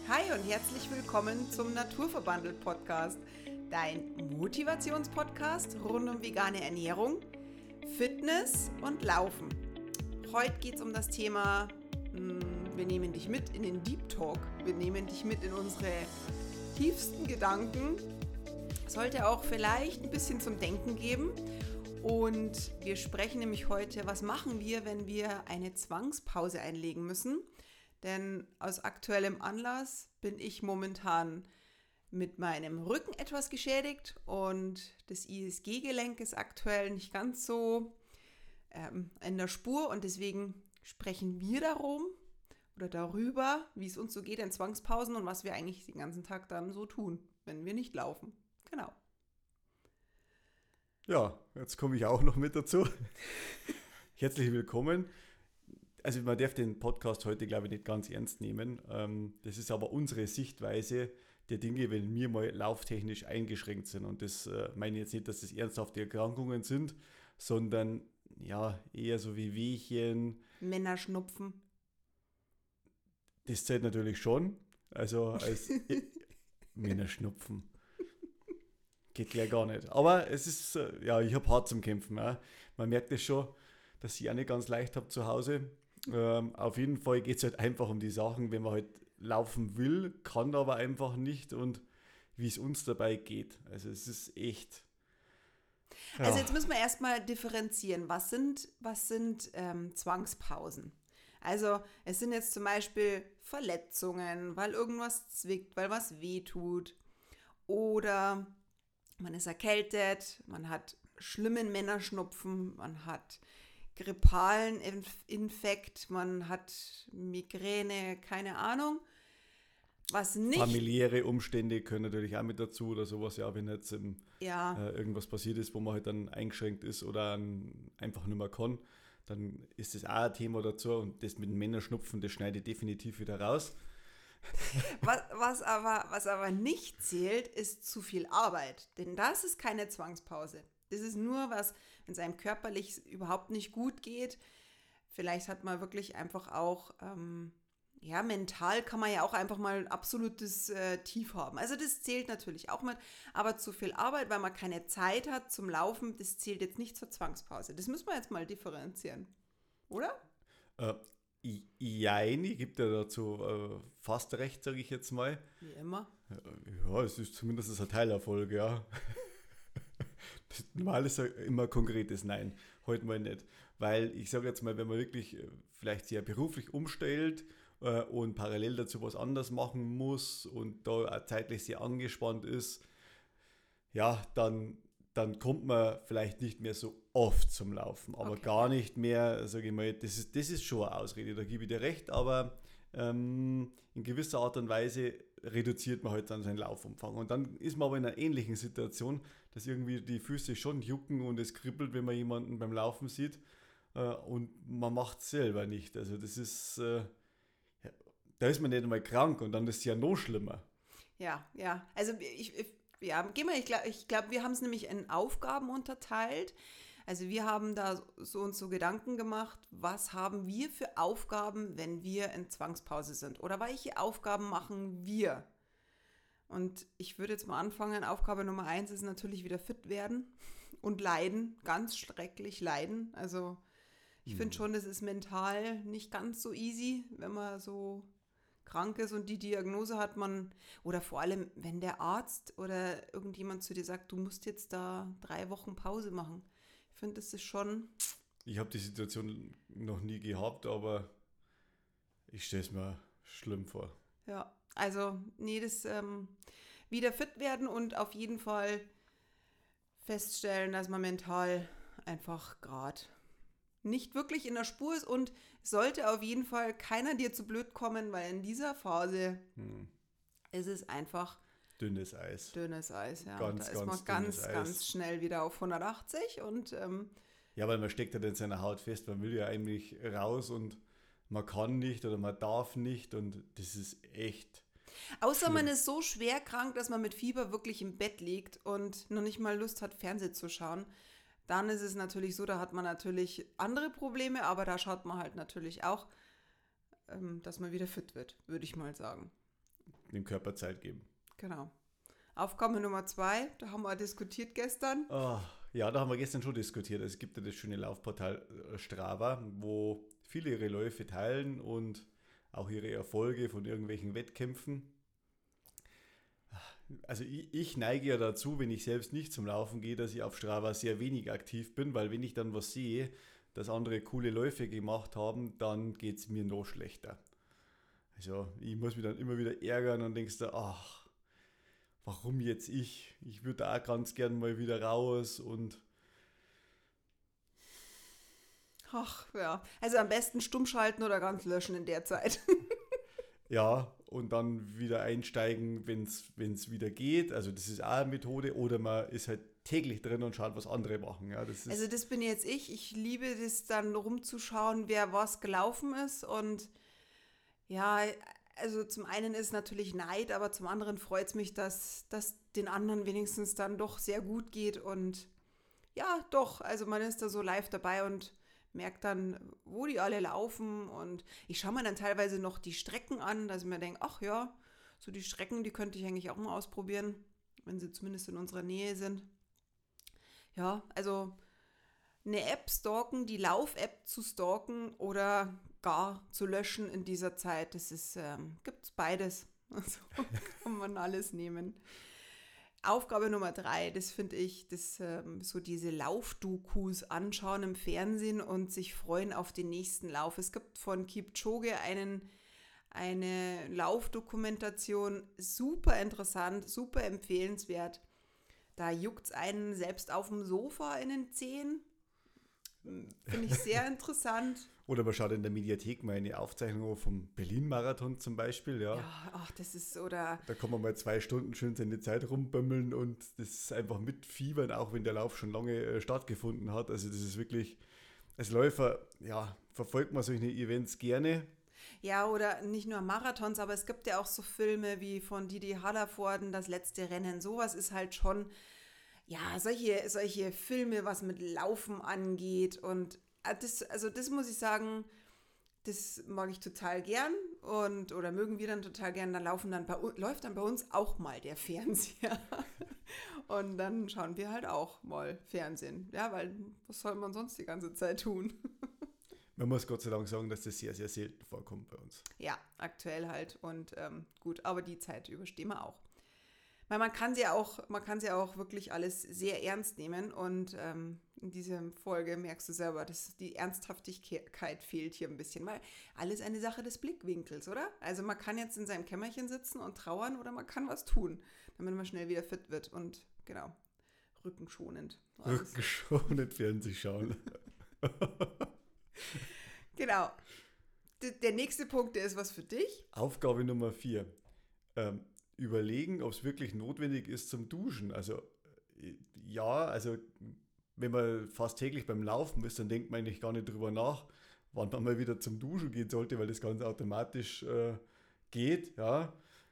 Hi und herzlich willkommen zum Naturverbandelt Podcast, dein Motivationspodcast rund um vegane Ernährung, Fitness und Laufen. Heute geht es um das Thema, wir nehmen dich mit in den Deep Talk, wir nehmen dich mit in unsere tiefsten Gedanken. Sollte auch vielleicht ein bisschen zum Denken geben. Und wir sprechen nämlich heute, was machen wir, wenn wir eine Zwangspause einlegen müssen? Denn aus aktuellem Anlass bin ich momentan mit meinem Rücken etwas geschädigt und das ISG-Gelenk ist aktuell nicht ganz so in der Spur und deswegen sprechen wir darüber, wie es uns so geht in Zwangspausen und was wir eigentlich den ganzen Tag dann so tun, wenn wir nicht laufen. Genau. Ja, jetzt komme ich auch noch mit dazu. Herzlich willkommen. Also man darf den Podcast heute, glaube ich, nicht ganz ernst nehmen. Das ist aber unsere Sichtweise der Dinge, wenn wir mal lauftechnisch eingeschränkt sind. Und das meine ich jetzt nicht, dass das ernsthafte Erkrankungen sind, sondern ja, eher so wie Wehchen. Männerschnupfen. Das zählt natürlich schon. Also als Männerschnupfen. Geht gleich gar nicht. Aber es ist, ja, ich habe hart zum Kämpfen. Ja. Man merkt es schon, dass ich auch nicht ganz leicht habe zu Hause. Auf jeden Fall geht es halt einfach um die Sachen, wenn man halt laufen will, kann aber einfach nicht und wie es uns dabei geht. Also es ist echt... Ja. Also jetzt müssen wir erstmal differenzieren. Was sind Zwangspausen? Also es sind jetzt zum Beispiel Verletzungen, weil irgendwas zwickt, weil was wehtut oder man ist erkältet, man hat schlimmen Männerschnupfen, man hat grippalen Infekt, man hat Migräne, keine Ahnung. Was nicht... Familiäre Umstände können natürlich auch mit dazu oder sowas, ja, wenn jetzt Ja. Irgendwas passiert ist, wo man halt dann eingeschränkt ist oder einfach nicht mehr kann, dann ist das auch ein Thema dazu und das mit dem Männerschnupfen, das schneide ich definitiv wieder raus. Was aber nicht zählt, ist zu viel Arbeit. Denn das ist keine Zwangspause. Das ist nur was, wenn es einem körperlich überhaupt nicht gut geht. Vielleicht hat man wirklich einfach auch, mental kann man ja auch einfach mal ein absolutes Tief haben. Also das zählt natürlich auch mit. Aber zu viel Arbeit, weil man keine Zeit hat zum Laufen, das zählt jetzt nicht zur Zwangspause. Das müssen wir jetzt mal differenzieren. Oder? Jein, ich gebe dir dazu fast recht, sage ich jetzt mal. Wie immer. Ja, es ist zumindest ein Teilerfolg, ja. Normal ist ja immer konkretes Nein, heute mal nicht. Weil ich sage jetzt mal, wenn man wirklich vielleicht sehr beruflich umstellt und parallel dazu was anderes machen muss und da auch zeitlich sehr angespannt ist, ja, dann kommt man vielleicht nicht mehr so oft zum Laufen, aber Okay. gar nicht mehr, sage ich mal, das ist schon eine Ausrede, da gebe ich dir recht, aber in gewisser Art und Weise reduziert man halt dann seinen Laufumfang und dann ist man aber in einer ähnlichen Situation, dass irgendwie die Füße schon jucken und es kribbelt, wenn man jemanden beim Laufen sieht und man macht es selber nicht, also das ist, da ist man nicht einmal krank und dann ist es ja noch schlimmer. Ja. Also ich glaube, wir haben es nämlich in Aufgaben unterteilt. Also wir haben da uns so Gedanken gemacht, was haben wir für Aufgaben, wenn wir in Zwangspause sind? Oder welche Aufgaben machen wir? Und ich würde jetzt mal anfangen. Aufgabe Nummer 1 ist natürlich wieder fit werden und leiden, ganz schrecklich leiden. Also ich finde schon, das ist mental nicht ganz so easy, wenn man so krank ist und die Diagnose hat man, oder vor allem, wenn der Arzt oder irgendjemand zu dir sagt, du musst jetzt da 3 Wochen Pause machen. Ich finde, das ist schon... Ich habe die Situation noch nie gehabt, aber ich stelle es mir schlimm vor. Ja, also, nee, das wieder fit werden und auf jeden Fall feststellen, dass man mental einfach gerade nicht wirklich in der Spur ist und sollte auf jeden Fall keiner dir zu blöd kommen, weil in dieser Phase ist es einfach Dünnes Eis. dünnes Eis. Ja. Ganz, Da ist man ganz ganz, dünnes Eis. ganz schnell wieder auf 180 und Ja, weil man steckt halt in seiner Haut fest, man will ja eigentlich raus und man kann nicht oder man darf nicht und das ist echt außer schlimm. man ist so schwer krank, dass man mit Fieber wirklich im Bett liegt und noch nicht mal Lust hat, Fernsehen zu schauen. Dann ist es natürlich so, da hat man natürlich andere Probleme, aber da schaut man halt natürlich auch, dass man wieder fit wird, würde ich mal sagen. dem Körper Zeit geben. Genau. Aufgabe Nummer 2, da haben wir diskutiert gestern. Ja, da haben wir gestern schon diskutiert. Es gibt ja das schöne Laufportal Strava, wo viele ihre Läufe teilen und auch ihre Erfolge von irgendwelchen Wettkämpfen. Also ich neige ja dazu, wenn ich selbst nicht zum Laufen gehe, dass ich auf Strava sehr wenig aktiv bin, weil wenn ich dann was sehe, dass andere coole Läufe gemacht haben, dann geht es mir noch schlechter. Also ich muss mich dann immer wieder ärgern und denkst da, ach, warum jetzt ich? Ich würde auch ganz gern mal wieder raus und Ach ja, also am besten stumm schalten oder ganz löschen in der Zeit. ja, und dann wieder einsteigen, wenn es wieder geht. Also das ist auch eine Methode. Oder man ist halt täglich drin und schaut, was andere machen. Ja, das ist Also das bin jetzt ich. Ich liebe das dann rumzuschauen, wer was gelaufen ist. Und ja, also zum einen ist natürlich Neid, aber zum anderen freut es mich, dass den anderen wenigstens dann doch sehr gut geht. Und ja, doch, also man ist da so live dabei und merkt dann, wo die alle laufen. Und ich schaue mir dann teilweise noch die Strecken an, dass ich mir denke, ach ja, so die Strecken, die könnte ich eigentlich auch mal ausprobieren, wenn sie zumindest in unserer Nähe sind. Ja, also eine App stalken, die Lauf-App zu stalken oder gar zu löschen in dieser Zeit, das ist, gibt's beides. Also kann man alles nehmen. Aufgabe Nummer 3, das finde ich, so diese Laufdokus anschauen im Fernsehen und sich freuen auf den nächsten Lauf. Es gibt von Kipchoge eine Laufdokumentation, super interessant, super empfehlenswert. Da juckt es einen selbst auf dem Sofa in den Zehen. Finde ich sehr interessant. oder man schaut in der Mediathek mal eine Aufzeichnung vom Berlin-Marathon zum Beispiel. Ja. Ja, ach, das ist, oder Da kann man mal 2 Stunden schön seine Zeit rumbümmeln und das ist einfach mitfiebern, auch wenn der Lauf schon lange stattgefunden hat. Also das ist wirklich, als Läufer, ja, verfolgt man solche Events gerne. ja, oder nicht nur Marathons, aber es gibt ja auch so Filme wie von Didi Hallervorden, Das letzte Rennen. Sowas ist halt schon, ja, solche Filme, was mit Laufen angeht. Und das muss ich sagen, das mag ich total gern oder mögen wir dann total gern. Da läuft dann bei uns auch mal der Fernseher. Und dann schauen wir halt auch mal Fernsehen. Ja, weil was soll man sonst die ganze Zeit tun? Man muss Gott sei Dank sagen, dass das sehr, sehr selten vorkommt bei uns. Ja, aktuell halt. Und gut, aber die Zeit überstehen wir auch. Weil man kann sie ja auch wirklich alles sehr ernst nehmen. Und in dieser Folge merkst du selber, dass die Ernsthaftigkeit fehlt hier ein bisschen. Weil alles eine Sache des Blickwinkels, oder? Also man kann jetzt in seinem Kämmerchen sitzen und trauern oder man kann was tun, damit man schnell wieder fit wird. Und genau, rückenschonend. Rückenschonend Fernsehen schauen. Genau. Der nächste Punkt, der ist was für dich. Aufgabe Nummer 4. Überlegen, ob es wirklich notwendig ist zum Duschen. Also ja, also wenn man fast täglich beim Laufen ist, dann denkt man eigentlich gar nicht drüber nach, wann man mal wieder zum Duschen gehen sollte, weil das ganz automatisch geht. Ja.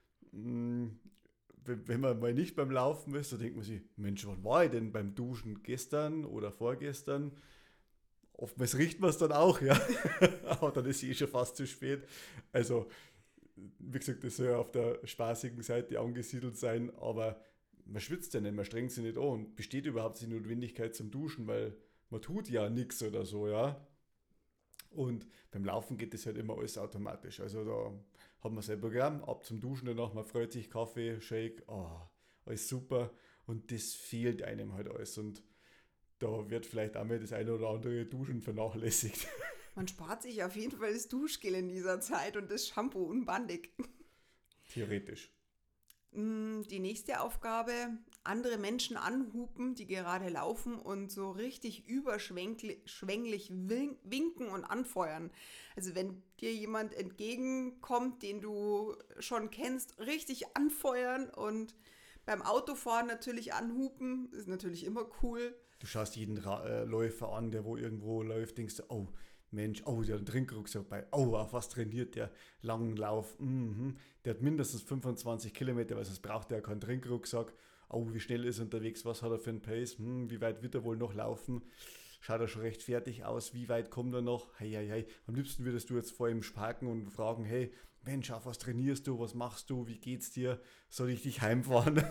Wenn man mal nicht beim Laufen ist, dann denkt man sich, Mensch, wann war ich denn beim Duschen? Gestern oder vorgestern? Oftmals riecht man es dann auch, ja. Aber dann ist es schon fast zu spät. Also, wie gesagt, das soll ja auf der spaßigen Seite angesiedelt sein, aber man schwitzt ja nicht, man strengt sich nicht an und besteht überhaupt die Notwendigkeit zum Duschen, weil man tut ja nichts oder so, ja. Und beim Laufen geht das halt immer alles automatisch. Also da hat man sein Programm, ab zum Duschen danach, man freut sich, Kaffee, Shake, alles super. Und das fehlt einem halt alles. Und da wird vielleicht auch mal das eine oder andere Duschen vernachlässigt. Man spart sich auf jeden Fall das Duschgel in dieser Zeit und das Shampoo unbandig. Theoretisch. Die nächste Aufgabe, andere Menschen anhupen, die gerade laufen und so richtig überschwänglich winken und anfeuern. Also wenn dir jemand entgegenkommt, den du schon kennst, richtig anfeuern und beim Autofahren natürlich anhupen, ist natürlich immer cool. Du schaust jeden Läufer an, der wo irgendwo läuft, denkst du, oh Mensch, der hat einen Trinkrucksack bei, auf was trainiert der? Langen Lauf, der hat mindestens 25 Kilometer, weil sonst braucht er keinen Trinkrucksack. Wie schnell ist er unterwegs, was hat er für einen Pace, wie weit wird er wohl noch laufen? Schaut er schon recht fertig aus, wie weit kommt er noch? Hei. Am liebsten würdest du jetzt vor ihm parken und fragen, hey, Mensch, auf was trainierst du, was machst du, wie geht's dir, soll ich dich heimfahren?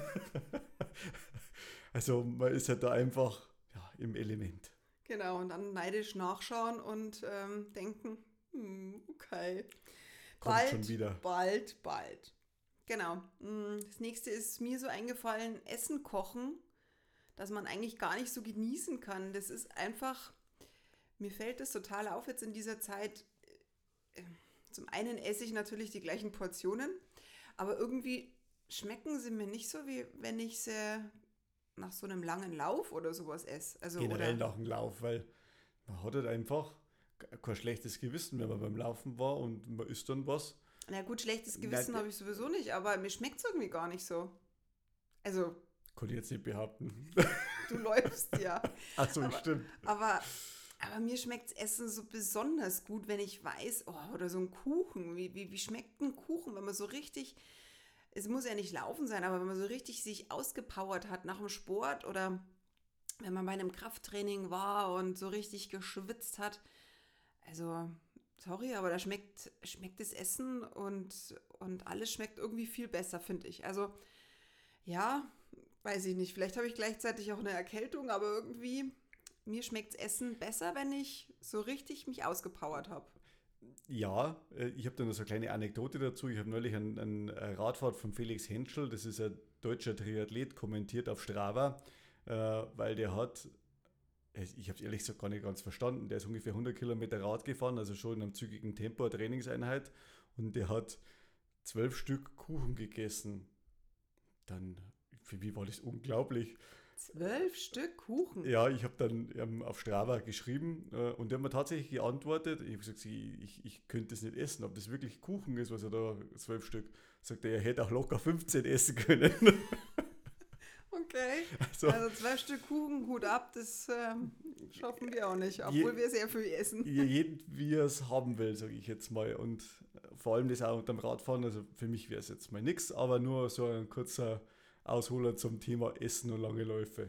Also man ist halt da einfach im Element. Genau, und dann neidisch nachschauen und denken, okay, Kommt schon wieder. bald. Genau. Das nächste ist mir so eingefallen, Essen kochen, dass man eigentlich gar nicht so genießen kann. Das ist einfach, mir fällt das total auf jetzt in dieser Zeit. Zum einen esse ich natürlich die gleichen Portionen, aber irgendwie schmecken sie mir nicht so, wie wenn ich sie nach so einem langen Lauf oder sowas esse. Also, Generell nach dem Lauf, weil man hat halt einfach kein schlechtes Gewissen, wenn man beim Laufen war und man isst dann was. na gut, schlechtes Gewissen habe ich sowieso nicht, aber mir schmeckt es irgendwie gar nicht so. Also, Kann ich jetzt nicht behaupten. du läufst ja. Achso, aber, stimmt. aber mir schmeckt Essen so besonders gut, wenn ich weiß, oder so ein Kuchen. Wie schmeckt ein Kuchen, wenn man so richtig, es muss ja nicht laufen sein, aber wenn man so richtig sich ausgepowert hat nach dem Sport oder wenn man bei einem Krafttraining war und so richtig geschwitzt hat. Also, sorry, aber da schmeckt das Essen und alles schmeckt irgendwie viel besser, finde ich. Also, ja, weiß ich nicht. Vielleicht habe ich gleichzeitig auch eine Erkältung, aber irgendwie, mir schmeckt Essen besser, wenn ich so richtig mich ausgepowert habe. Ja, ich habe da noch so eine kleine Anekdote dazu. Ich habe neulich ein Radfahrt von Felix Henschel, das ist ein deutscher Triathlet, kommentiert auf Strava, weil der hat, ich habe es ehrlich gesagt gar nicht ganz verstanden, der ist ungefähr 100 Kilometer Rad gefahren, also schon in einem zügigen Tempo, eine Trainingseinheit, und der hat 12 Stück Kuchen gegessen. Dann, für mich war das unglaublich. 12 Stück Kuchen? Ja, ich habe dann auf Strava geschrieben und der hat mir tatsächlich geantwortet. Ich habe gesagt, ich könnte das nicht essen, ob das wirklich Kuchen ist, was er da 12 Stück. Sagt er hätte auch locker 15 essen können. Okay, also 12 Stück Kuchen, Hut ab, das schaffen wir auch nicht, obwohl wir sehr viel essen. Jeden, wie er es haben will, sage ich jetzt mal. Und vor allem das auch unterm Radfahren, also für mich wäre es jetzt mal nichts, aber nur so ein kurzer Ausholer zum Thema Essen und lange Läufe.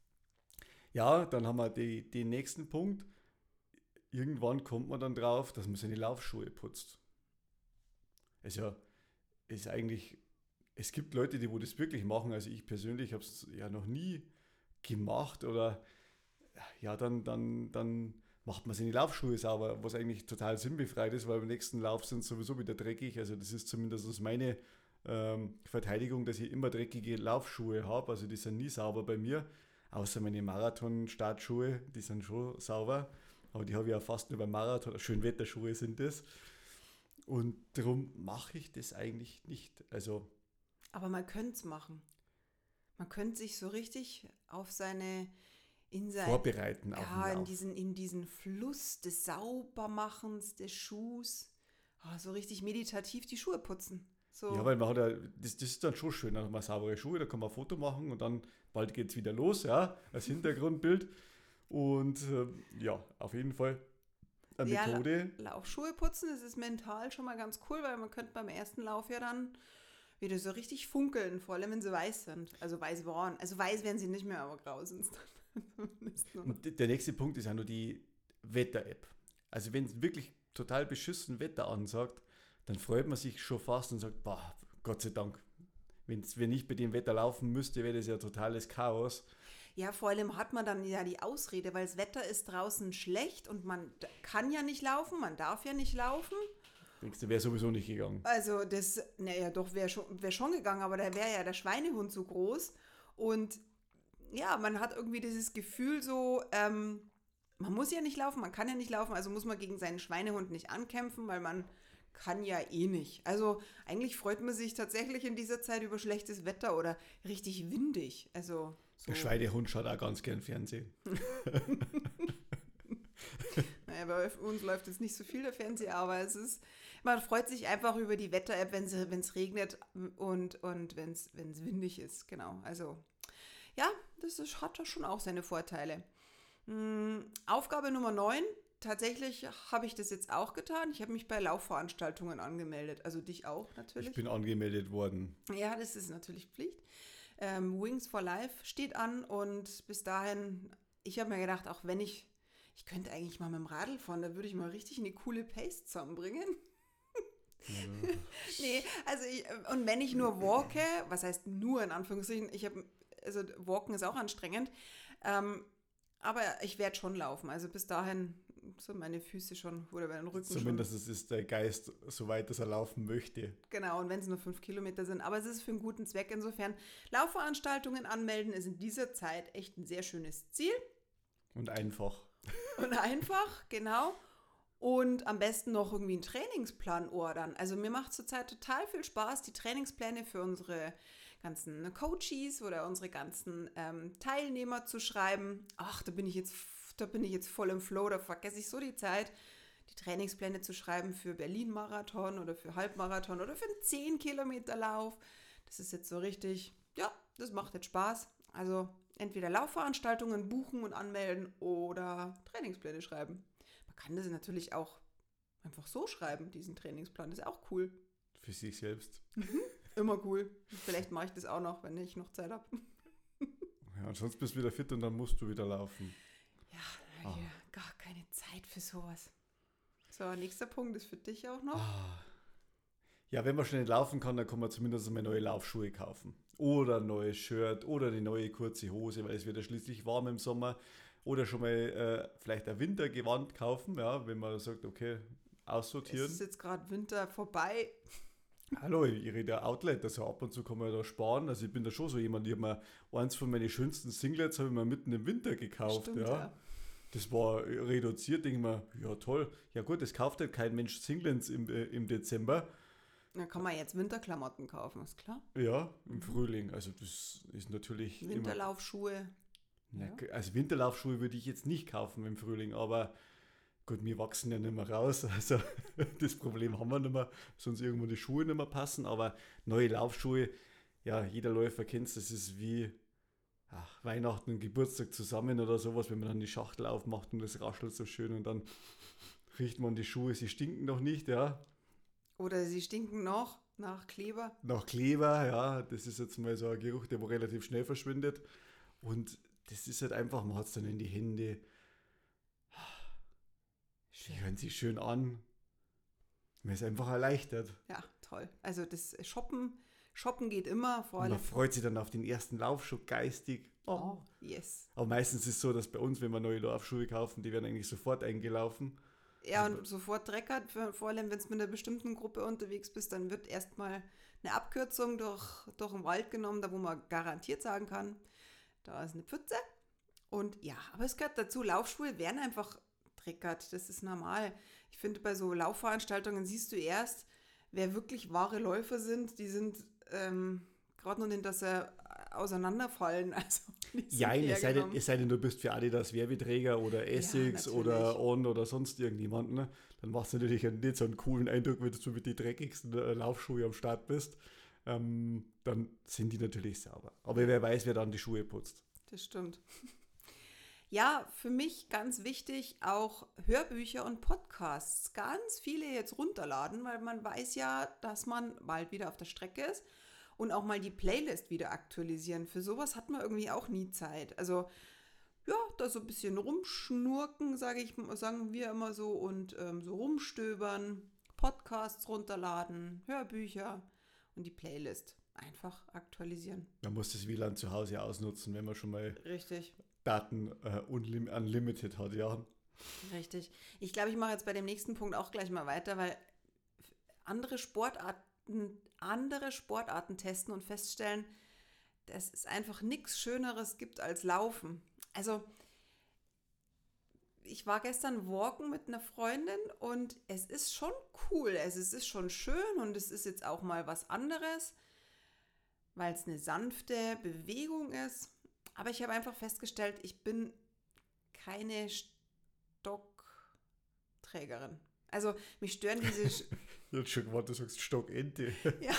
Ja, dann haben wir den nächsten Punkt. Irgendwann kommt man dann drauf, dass man seine Laufschuhe putzt. Also ist eigentlich, es gibt Leute, die wo das wirklich machen. Also ich persönlich habe es ja noch nie gemacht oder ja, dann macht man seine Laufschuhe sauber, was eigentlich total sinnbefreit ist, weil beim nächsten Lauf sind sie sowieso wieder dreckig. Also das ist zumindest meine Verteidigung, dass ich immer dreckige Laufschuhe habe. Also die sind nie sauber bei mir, außer meine Marathon-Startschuhe, die sind schon sauber. Aber die habe ich ja fast nur beim Marathon. Schönwetterschuhe sind das. Und darum mache ich das eigentlich nicht. Also, aber man könnte es machen. Man könnte sich so richtig auf vorbereiten auf den Lauf. in diesen Fluss des Saubermachens des Schuhs, so richtig meditativ die Schuhe putzen. So. Ja, weil man hat ja, das ist dann schon schön, dann hat man saubere Schuhe, da kann man ein Foto machen und dann bald geht es wieder los, ja, als Hintergrundbild. Und ja, auf jeden Fall eine Methode. Laufschuhe putzen, das ist mental schon mal ganz cool, weil man könnte beim ersten Lauf ja dann wieder so richtig funkeln, vor allem wenn sie weiß sind. Also weiß waren. Also weiß werden sie nicht mehr, aber grau sind es dann. Und der nächste Punkt ist ja nur die Wetter-App. Also wenn es wirklich total beschissen Wetter ansagt, dann freut man sich schon fast und sagt, boah, Gott sei Dank. Wenn ich bei dem Wetter laufen müsste, wäre das ja totales Chaos. Ja, vor allem hat man dann ja die Ausrede, weil das Wetter ist draußen schlecht und man kann ja nicht laufen, man darf ja nicht laufen. Denkst du, wäre sowieso nicht gegangen? Also das, naja, doch, wäre schon gegangen, aber da wäre ja der Schweinehund so groß. Und ja, man hat irgendwie dieses Gefühl so, man muss ja nicht laufen, man kann ja nicht laufen, also muss man gegen seinen Schweinehund nicht ankämpfen, weil man kann ja eh nicht. Also eigentlich freut man sich tatsächlich in dieser Zeit über schlechtes Wetter oder richtig windig. Also so. Der Schweinehund schaut auch ganz gern Fernsehen. Naja, bei uns läuft jetzt nicht so viel der Fernseher, aber man freut sich einfach über die Wetter-App, wenn es regnet und wenn es windig ist. Genau, also ja, hat doch schon auch seine Vorteile. Aufgabe Nummer 9. Tatsächlich habe ich das jetzt auch getan. Ich habe mich bei Laufveranstaltungen angemeldet. Also dich auch natürlich. Ich bin angemeldet worden. Ja, das ist natürlich Pflicht. Wings for Life steht an und bis dahin, ich habe mir gedacht, auch wenn ich könnte eigentlich mal mit dem Radl fahren, da würde ich mal richtig eine coole Pace zusammenbringen. Nee, also und wenn ich nur walke, was heißt nur in Anführungszeichen, also walken ist auch anstrengend, aber ich werde schon laufen. Also bis dahin sind meine Füße schon oder mein Rücken Zumindest schon. ist der Geist so weit, dass er laufen möchte. Genau, und wenn es nur 5 Kilometer sind. Aber es ist für einen guten Zweck. Insofern, Laufveranstaltungen anmelden ist in dieser Zeit echt ein sehr schönes Ziel. Und einfach. Und einfach, genau. Und am besten noch irgendwie einen Trainingsplan ordern. Also mir macht zurzeit total viel Spaß, die Trainingspläne für unsere ganzen Coaches oder unsere ganzen Teilnehmer zu schreiben. Ach, da bin ich jetzt voll im Flow, da vergesse ich so die Zeit, die Trainingspläne zu schreiben für Berlin-Marathon oder für Halbmarathon oder für einen 10-Kilometer-Lauf. Das ist jetzt so richtig, ja, das macht jetzt Spaß. Also entweder Laufveranstaltungen buchen und anmelden oder Trainingspläne schreiben. Man kann das natürlich auch einfach so schreiben, diesen Trainingsplan. Das ist auch cool. Für sich selbst. Immer cool. Vielleicht mache ich das auch noch, wenn ich noch Zeit habe. Ja, und sonst bist du wieder fit und dann musst du wieder laufen. Ja, hier, gar keine Zeit für sowas. So, nächster Punkt ist für dich auch noch. Ja, wenn man schon nicht laufen kann, dann kann man zumindest einmal neue Laufschuhe kaufen. Oder ein neues Shirt oder eine neue kurze Hose, weil es wird ja schließlich warm im Sommer. Oder schon mal vielleicht ein Wintergewand kaufen, ja, wenn man sagt, okay, aussortieren. Es ist jetzt gerade Winter vorbei. Hallo, ich rede ja Outlet, also ab und zu kann man da sparen. Also ich bin da schon so jemand, ich habe mir eins von meinen schönsten Singlets habe ich mir mitten im Winter gekauft. Stimmt, ja. Das war reduziert, denke ich mir, ja toll. Ja gut, das kauft halt kein Mensch Singlets im Dezember. Dann kann man jetzt Winterklamotten kaufen, ist klar. Ja, im Frühling. Also das ist natürlich Winterlaufschuhe. immer... Also Winterlaufschuhe würde ich jetzt nicht kaufen im Frühling, aber gut, wir wachsen ja nicht mehr raus. Also das Problem haben wir nicht mehr, sonst irgendwo die Schuhe nicht mehr passen. Aber neue Laufschuhe, ja, jeder Läufer kennt es, das ist wie Weihnachten und Geburtstag zusammen oder sowas, wenn man dann die Schachtel aufmacht und das raschelt so schön und dann riecht man die Schuhe, sie stinken noch nicht, ja. Oder sie stinken noch nach Kleber. Nach Kleber, ja, das ist jetzt mal so ein Geruch, der wo relativ schnell verschwindet. Und das ist halt einfach, man hat es dann in die Hände. Die hören sich schön an. Man ist einfach erleichtert. Ja, toll. Also das Shoppen geht immer, vor Und allem. man freut sich dann auf den ersten Laufschuh geistig. Oh, yes. Aber meistens ist es so, dass bei uns, wenn wir neue Laufschuhe kaufen, die werden eigentlich sofort eingelaufen. Ja, und sofort dreckert, vor allem wenn du mit einer bestimmten Gruppe unterwegs bist, dann wird erstmal eine Abkürzung durch den Wald genommen, da wo man garantiert sagen kann, da ist eine Pfütze. Und ja, aber es gehört dazu, Laufschuhe werden einfach dreckert, das ist normal. Ich finde, bei so Laufveranstaltungen siehst du erst, wer wirklich wahre Läufer sind, die sind gerade noch nicht, dass sie auseinanderfallen. Also, ja, es sei denn, du bist für Adidas Werbeträger oder Essex oder On oder sonst irgendjemanden, ne? Dann machst du natürlich nicht so einen coolen Eindruck, wenn du mit den dreckigsten Laufschuhe am Start bist. Dann sind die natürlich sauber. Aber wer weiß, wer dann die Schuhe putzt. Das stimmt. Ja, für mich ganz wichtig auch Hörbücher und Podcasts. Ganz viele jetzt runterladen, weil man weiß ja, dass man bald wieder auf der Strecke ist. Und auch mal die Playlist wieder aktualisieren. Für sowas hat man irgendwie auch nie Zeit. Also ja, da so ein bisschen rumschnurken, sagen wir immer so, und so rumstöbern, Podcasts runterladen, Hörbücher und die Playlist einfach aktualisieren. Man muss das WLAN zu Hause ausnutzen, wenn man schon mal Richtig. Daten unlimited hat, ja. Richtig. Ich glaube, ich mache jetzt bei dem nächsten Punkt auch gleich mal weiter, weil andere Sportarten testen und feststellen, dass es einfach nichts Schöneres gibt als Laufen. Also ich war gestern walken mit einer Freundin und es ist schon cool, es ist schon schön und es ist jetzt auch mal was anderes, weil es eine sanfte Bewegung ist. Aber ich habe einfach festgestellt, ich bin keine Stockträgerin. Also mich stören diese... Ich hätte schon gewartet, du sagst Stockente. Ja,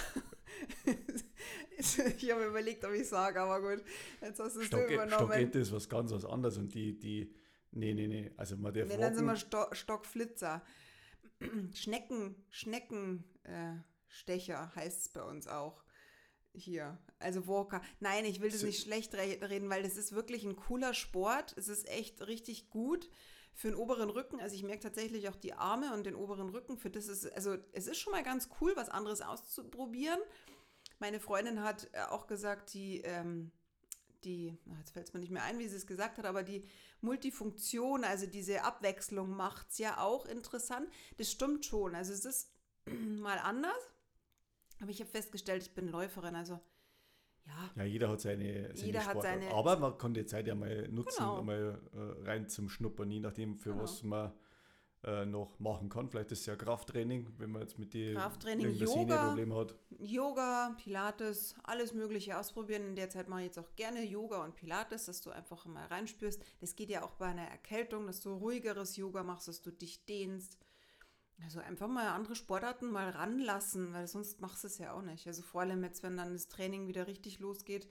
ich habe überlegt, ob ich sage, aber gut, jetzt hast du es übernommen. Stockente ist was ganz was anderes und nee, also man darf Nee, dann sind wir Stockflitzer. Schneckenstecher heißt es bei uns auch hier. Also Walker. Nein, ich will das nicht schlecht reden, weil das ist wirklich ein cooler Sport. Es ist echt richtig gut für den oberen Rücken, also ich merke tatsächlich auch die Arme und den oberen Rücken, für das ist, also es ist schon mal ganz cool, was anderes auszuprobieren. Meine Freundin hat auch gesagt, jetzt fällt es mir nicht mehr ein, wie sie es gesagt hat, aber die Multifunktion, also diese Abwechslung macht es ja auch interessant. Das stimmt schon, also es ist mal anders, aber ich habe festgestellt, ich bin Läuferin, also ja. Ja, jeder hat seine Sportart. Aber man kann die Zeit ja mal nutzen, Genau. mal rein zum Schnuppern, je nachdem, für was man noch machen kann. Vielleicht ist es ja Krafttraining, wenn man jetzt mit die Krafttraining, irgendein Yoga, Sehneproblem hat. Yoga, Pilates, alles Mögliche ausprobieren. In der Zeit mache ich jetzt auch gerne Yoga und Pilates, dass du einfach mal reinspürst. Das geht ja auch bei einer Erkältung, dass du ruhigeres Yoga machst, dass du dich dehnst. Also einfach mal andere Sportarten mal ranlassen, weil sonst machst du es ja auch nicht. Also vor allem jetzt, wenn dann das Training wieder richtig losgeht,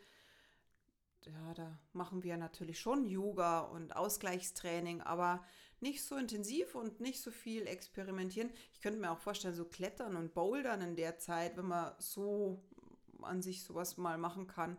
ja, da machen wir natürlich schon Yoga und Ausgleichstraining, aber nicht so intensiv und nicht so viel experimentieren. Ich könnte mir auch vorstellen, so Klettern und Bouldern in der Zeit, wenn man so an sich sowas mal machen kann.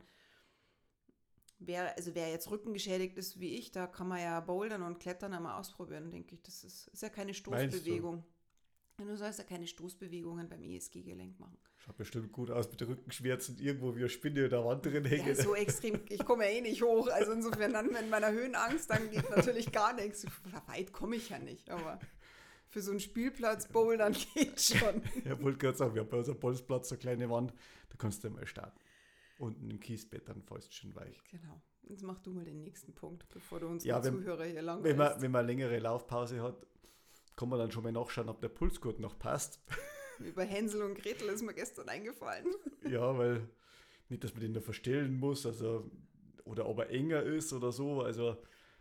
Wer jetzt rückengeschädigt ist wie ich, da kann man ja Bouldern und Klettern einmal ausprobieren, denke ich. Das ist ja keine Stoßbewegung. Du sollst ja keine Stoßbewegungen beim ESG-Gelenk machen. Schaut bestimmt gut aus mit Rückenschmerzen, irgendwo wie eine Spinne in der Wand drin hängen. Ja, so extrem, ich komme ja eh nicht hoch. Also insofern dann mit meiner Höhenangst, dann geht natürlich gar nichts. Weit komme ich ja nicht, aber für so einen Spielplatz bouldern geht schon. Ja, wollte gerade sagen, wir haben bei unserem Bolzplatz so eine kleine Wand, da kannst du mal starten. Unten im Kiesbett, dann fällst du schon weich. Genau. Jetzt mach du mal den nächsten Punkt, bevor du unsere Zuhörer hier langweilst. Wenn man eine längere Laufpause hat, kann man dann schon mal nachschauen, ob der Pulsgurt noch passt. Über Hänsel und Gretel ist mir gestern eingefallen. Ja, weil nicht, dass man den da verstellen muss, also oder ob er enger ist oder so. Also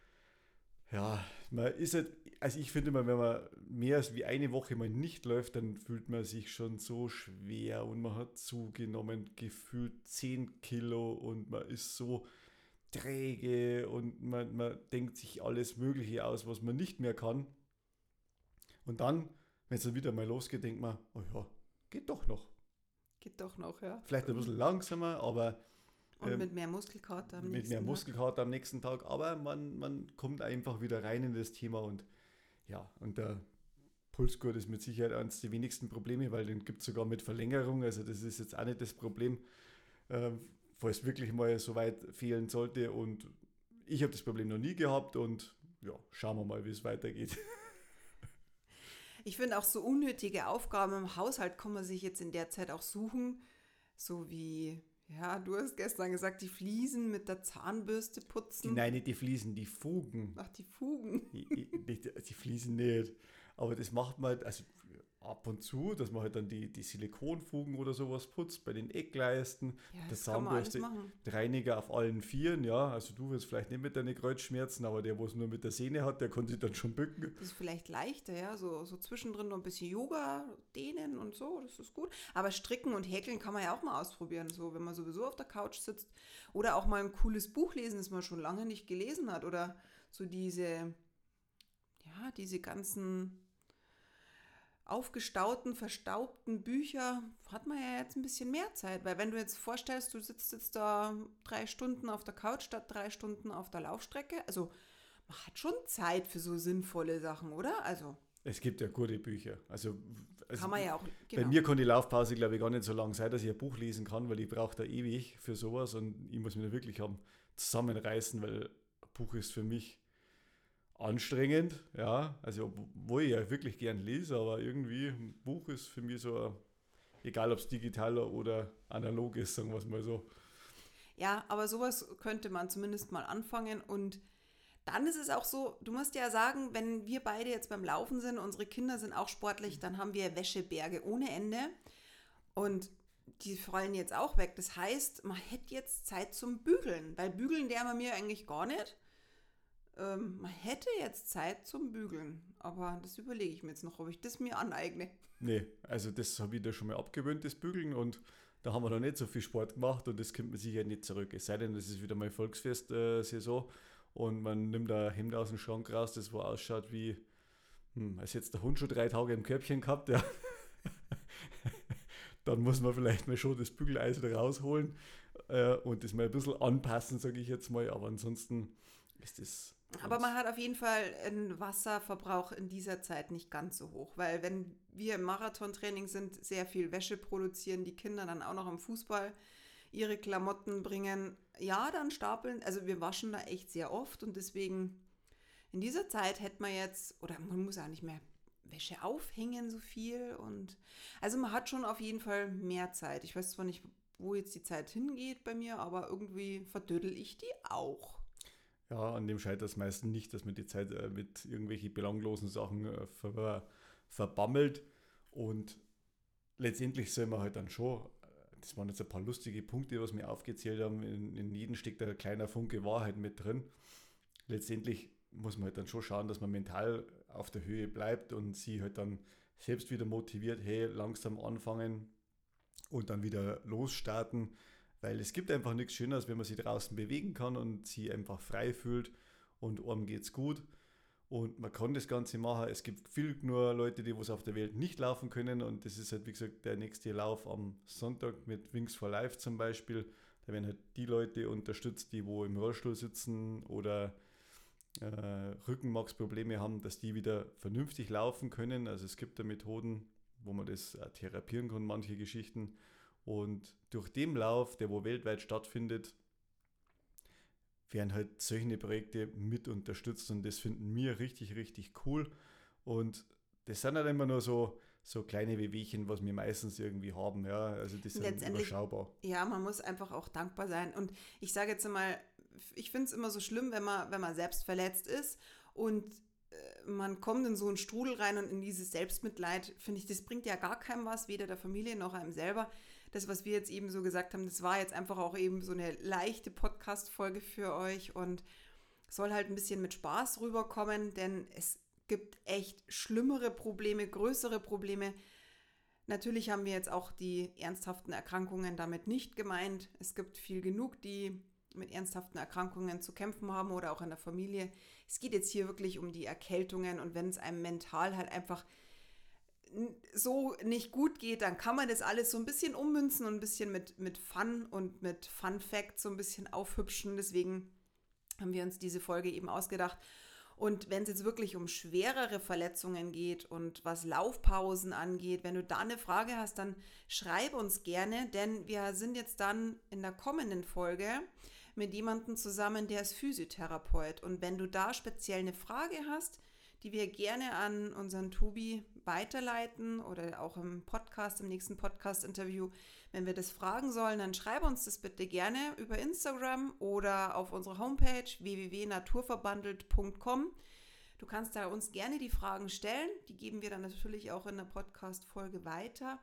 ja, man ist halt, also ich finde immer, wenn man mehr als wie eine Woche mal nicht läuft, dann fühlt man sich schon so schwer und man hat zugenommen, gefühlt 10 Kilo und man ist so träge und man denkt sich alles Mögliche aus, was man nicht mehr kann. Und dann, wenn es dann wieder mal losgeht, denkt man, oh ja, geht doch noch. Geht doch noch, ja. Vielleicht ein bisschen langsamer, aber und mit mehr Muskelkater am nächsten Tag. Mit mehr Muskelkater am nächsten Tag, aber man kommt einfach wieder rein in das Thema und ja, und der Pulsgurt ist mit Sicherheit eines der wenigsten Probleme, weil den gibt es sogar mit Verlängerung, also das ist jetzt auch nicht das Problem, falls wirklich mal so weit fehlen sollte und ich habe das Problem noch nie gehabt und ja, schauen wir mal, wie es weitergeht. Ich finde auch so unnötige Aufgaben im Haushalt kann man sich jetzt in der Zeit auch suchen, so wie, ja, du hast gestern gesagt, die Fliesen mit der Zahnbürste putzen. Nein, nicht die Fliesen, die Fugen. Ach, die Fugen. Die Fliesen nicht. Aber das macht man halt, also ab und zu, dass man halt dann die Silikonfugen oder sowas putzt, bei den Eckleisten, Ja, der das kann man alles Zahnbürste, machen. der Reiniger auf allen Vieren, ja, also du willst vielleicht nicht mit deinen Kreuzschmerzen, aber der, wo es nur mit der Sehne hat, der kann sich dann schon bücken. Das ist vielleicht leichter, ja, so zwischendrin noch ein bisschen Yoga, dehnen und so, das ist gut. Aber stricken und häkeln kann man ja auch mal ausprobieren, so wenn man sowieso auf der Couch sitzt oder auch mal ein cooles Buch lesen, das man schon lange nicht gelesen hat oder so diese ganzen aufgestauten, verstaubten Bücher hat man ja jetzt ein bisschen mehr Zeit, weil wenn du jetzt vorstellst, du sitzt jetzt da 3 Stunden auf der Couch statt 3 Stunden auf der Laufstrecke, also man hat schon Zeit für so sinnvolle Sachen, oder? Also Es gibt ja gute Bücher. Also kann man ja auch, Bei genau. mir kann die Laufpause, glaube ich, gar nicht so lang sein, dass ich ein Buch lesen kann, weil ich brauche da ewig für sowas und ich muss mich da wirklich zusammenreißen, weil ein Buch ist für mich anstrengend, ja, also obwohl ich ja wirklich gern lese, aber irgendwie ein Buch ist für mich so, egal ob es digital oder analog ist, sagen wir es mal so. Ja, aber sowas könnte man zumindest mal anfangen und dann ist es auch so, du musst ja sagen, wenn wir beide jetzt beim Laufen sind, unsere Kinder sind auch sportlich, dann haben wir Wäscheberge ohne Ende und die fallen jetzt auch weg. Das heißt, man hätte jetzt Zeit zum Bügeln, weil bügeln der man mir eigentlich gar nicht. Man hätte jetzt Zeit zum Bügeln, aber das überlege ich mir jetzt noch, ob ich das mir aneigne. Nee, also das habe ich da schon mal abgewöhnt, das Bügeln und da haben wir noch nicht so viel Sport gemacht und das kommt man sicher nicht zurück. Es sei denn, das ist wieder mal Volksfest-Saison und man nimmt ein Hemd aus dem Schrank raus, das wo ausschaut wie, als jetzt der Hund schon 3 Tage im Körbchen gehabt, ja. Dann muss man vielleicht mal schon das Bügeleisen rausholen und das mal ein bisschen anpassen, sage ich jetzt mal, aber ansonsten ist das Aber man hat auf jeden Fall einen Wasserverbrauch in dieser Zeit nicht ganz so hoch, weil wenn wir im Marathontraining sind, sehr viel Wäsche produzieren, die Kinder dann auch noch im Fußball ihre Klamotten bringen, ja, dann stapeln, also wir waschen da echt sehr oft und deswegen in dieser Zeit hätte man jetzt, oder man muss auch nicht mehr Wäsche aufhängen so viel und also man hat schon auf jeden Fall mehr Zeit. Ich weiß zwar nicht, wo jetzt die Zeit hingeht bei mir, aber irgendwie verdödel ich die auch. Ja, an dem scheitert es meistens nicht, dass man die Zeit mit irgendwelchen belanglosen Sachen verbammelt. Und letztendlich soll man halt dann schon, das waren jetzt ein paar lustige Punkte, was wir aufgezählt haben, in jedem steckt ein kleiner Funke Wahrheit mit drin. Letztendlich muss man halt dann schon schauen, dass man mental auf der Höhe bleibt und sie halt dann selbst wieder motiviert, hey, langsam anfangen und dann wieder losstarten. Weil es gibt einfach nichts Schöneres, wenn man sich draußen bewegen kann und sie einfach frei fühlt und einem geht's gut. Und man kann das Ganze machen. Es gibt viel nur Leute, die was auf der Welt nicht laufen können. Und das ist halt, wie gesagt, der nächste Lauf am Sonntag mit Wings for Life zum Beispiel. Da werden halt die Leute unterstützt, die wo im Rollstuhl sitzen oder Rückenmarksprobleme haben, dass die wieder vernünftig laufen können. Also es gibt da Methoden, wo man das therapieren kann, manche Geschichten. Und durch den Lauf, der wo weltweit stattfindet, werden halt solche Projekte mit unterstützt und das finden wir richtig, richtig cool. Und das sind halt immer nur so kleine Wehwehchen, was wir meistens irgendwie haben. Ja, also die sind überschaubar. Ja, man muss einfach auch dankbar sein. Und ich sage jetzt mal, ich finde es immer so schlimm, wenn man selbst verletzt ist und man kommt in so einen Strudel rein und in dieses Selbstmitleid, finde ich, das bringt ja gar keinem was, weder der Familie noch einem selber. Das, was wir jetzt eben so gesagt haben, das war jetzt einfach auch eben so eine leichte Podcast-Folge für euch und soll halt ein bisschen mit Spaß rüberkommen, denn es gibt echt schlimmere Probleme, größere Probleme. Natürlich haben wir jetzt auch die ernsthaften Erkrankungen damit nicht gemeint. Es gibt viel genug, die mit ernsthaften Erkrankungen zu kämpfen haben oder auch in der Familie. Es geht jetzt hier wirklich um die Erkältungen und wenn es einem mental halt einfach so nicht gut geht, dann kann man das alles so ein bisschen ummünzen und ein bisschen mit Fun und mit Fun Facts so ein bisschen aufhübschen. Deswegen haben wir uns diese Folge eben ausgedacht. Und wenn es jetzt wirklich um schwerere Verletzungen geht und was Laufpausen angeht, wenn du da eine Frage hast, dann schreib uns gerne, denn wir sind jetzt dann in der kommenden Folge mit jemandem zusammen, der ist Physiotherapeut. Und wenn du da speziell eine Frage hast, die wir gerne an unseren Tobi weiterleiten oder auch im nächsten Podcast-Interview, wenn wir das fragen sollen, dann schreib uns das bitte gerne über Instagram oder auf unserer Homepage www.naturverbandelt.com. Du kannst da uns gerne die Fragen stellen, die geben wir dann natürlich auch in der Podcast-Folge weiter.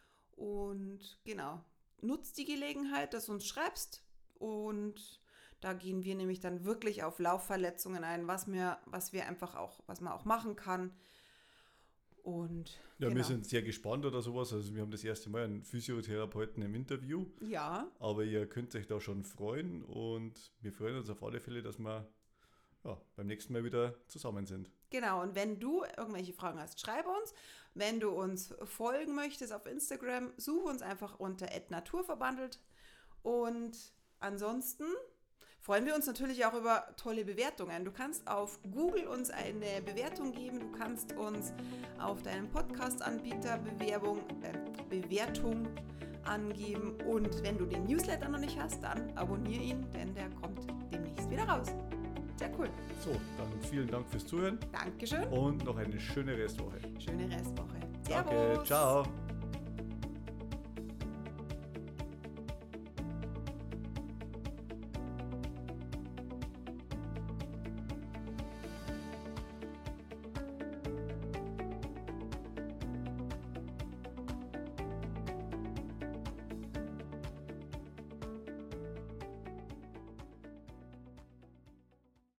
Und genau, nutzt die Gelegenheit, dass du uns schreibst und da gehen wir nämlich dann wirklich auf Laufverletzungen ein, was man auch machen kann. Und ja, wir sind sehr gespannt oder sowas. Also wir haben das erste Mal einen Physiotherapeuten im Interview. Ja. Aber ihr könnt euch da schon freuen und wir freuen uns auf alle Fälle, dass wir beim nächsten Mal wieder zusammen sind. Genau, und wenn du irgendwelche Fragen hast, schreib uns. Wenn du uns folgen möchtest auf Instagram, such uns einfach unter @naturverbandelt. Und ansonsten freuen wir uns natürlich auch über tolle Bewertungen. Du kannst auf Google uns eine Bewertung geben, du kannst uns auf deinem Podcast-Anbieter Bewertung angeben und wenn du den Newsletter noch nicht hast, dann abonniere ihn, denn der kommt demnächst wieder raus. Sehr cool. So, dann vielen Dank fürs Zuhören. Dankeschön. Und noch eine schöne Restwoche. Schöne Restwoche. Servus. Danke, ciao.